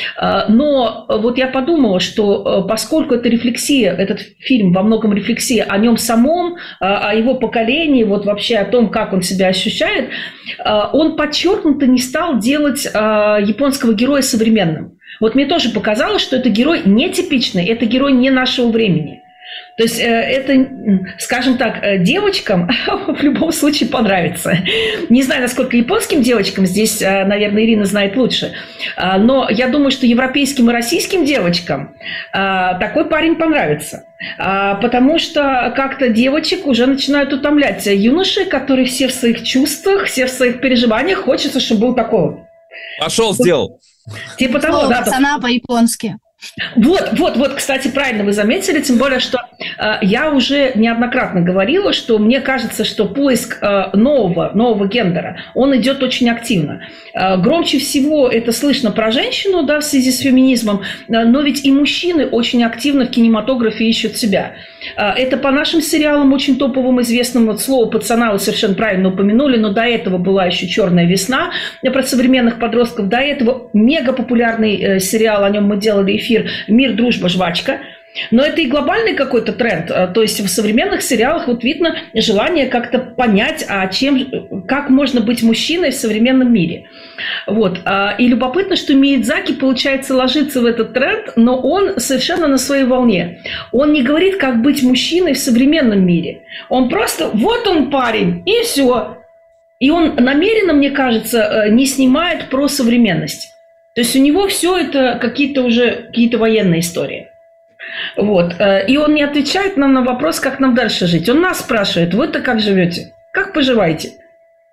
Но вот я подумала, что поскольку это рефлексия, этот фильм во многом рефлексия о нем самом, о его поколении, вот вообще о том, как он себя ощущает, он подчеркнуто не стал делать японского героя современным. Вот мне тоже показалось, что это герой нетипичный, это герой не нашего времени. То есть это, скажем так, девочкам в любом случае понравится. Не знаю, насколько японским девочкам, здесь, наверное, Ирина знает лучше, но я думаю, что европейским и российским девочкам такой парень понравится. Потому что как-то девочек уже начинают утомлять юноши, которые все в своих чувствах, все в своих переживаниях, хочется, чтобы был такой. Пошел, сделал. Типа того, да. Пацана по-японски. Вот, вот, вот, кстати, правильно вы заметили, тем более, что э, я уже неоднократно говорила, что мне кажется, что поиск э, нового, нового гендера, он идет очень активно. Э, громче всего это слышно про женщину, да, в связи с феминизмом, э, но ведь и мужчины очень активно в кинематографе ищут себя. Э, это по нашим сериалам очень топовым известным, вот слово «пацана» вы совершенно правильно упомянули, но до этого была еще «Черная весна» про современных подростков, до этого мега популярный э, сериал, о нем мы делали эфир, «Мир, дружба, жвачка». Но это и глобальный какой-то тренд. То есть в современных сериалах вот видно желание как-то понять, а чем, как можно быть мужчиной в современном мире. Вот. И любопытно, что Миядзаки, получается, ложится в этот тренд, но он совершенно на своей волне. Он не говорит, как быть мужчиной в современном мире. Он просто, вот он парень, и все. И он намеренно, мне кажется, не снимает про современность. То есть у него все это какие-то уже какие-то военные истории. Вот. И он не отвечает нам на вопрос, как нам дальше жить. Он нас спрашивает, вы-то как живете? Как поживаете?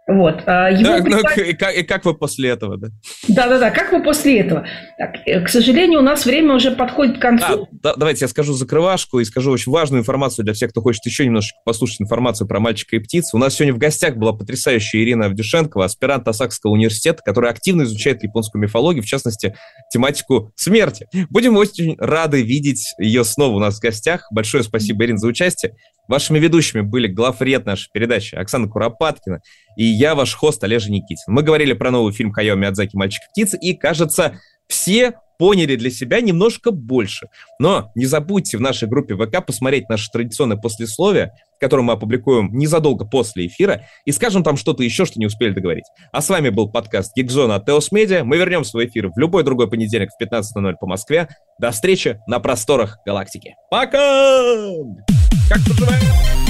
Вот. Его да, прислали... ну, и, как, и как вы после этого, да? Да-да-да, как вы после этого? Так, к сожалению, у нас время уже подходит к концу. А, да, давайте я скажу закрывашку и скажу очень важную информацию для всех, кто хочет еще немножко послушать информацию про мальчика и птицу. У нас сегодня в гостях была потрясающая Ирина Авдюшенкова, аспирант Осакского университета, которая активно изучает японскую мифологию, в частности, тематику смерти. Будем очень рады видеть ее снова у нас в гостях. Большое спасибо, Ирина, за участие. Вашими ведущими были главред нашей передачи Оксана Куропаткина и я, ваш хост Олежа Никитин. Мы говорили про новый фильм Хаяо Миядзаки «Мальчик и птица», и, кажется, все поняли для себя немножко больше. Но не забудьте в нашей группе ВК посмотреть наше традиционное послесловие, которое мы опубликуем незадолго после эфира, и скажем там что-то еще, что не успели договорить. А с вами был подкаст Geekzone от Теос Медиа. Мы вернемся в эфир в любой другой понедельник в пятнадцать ноль ноль по Москве. До встречи на просторах галактики. Пока! Как поживаем?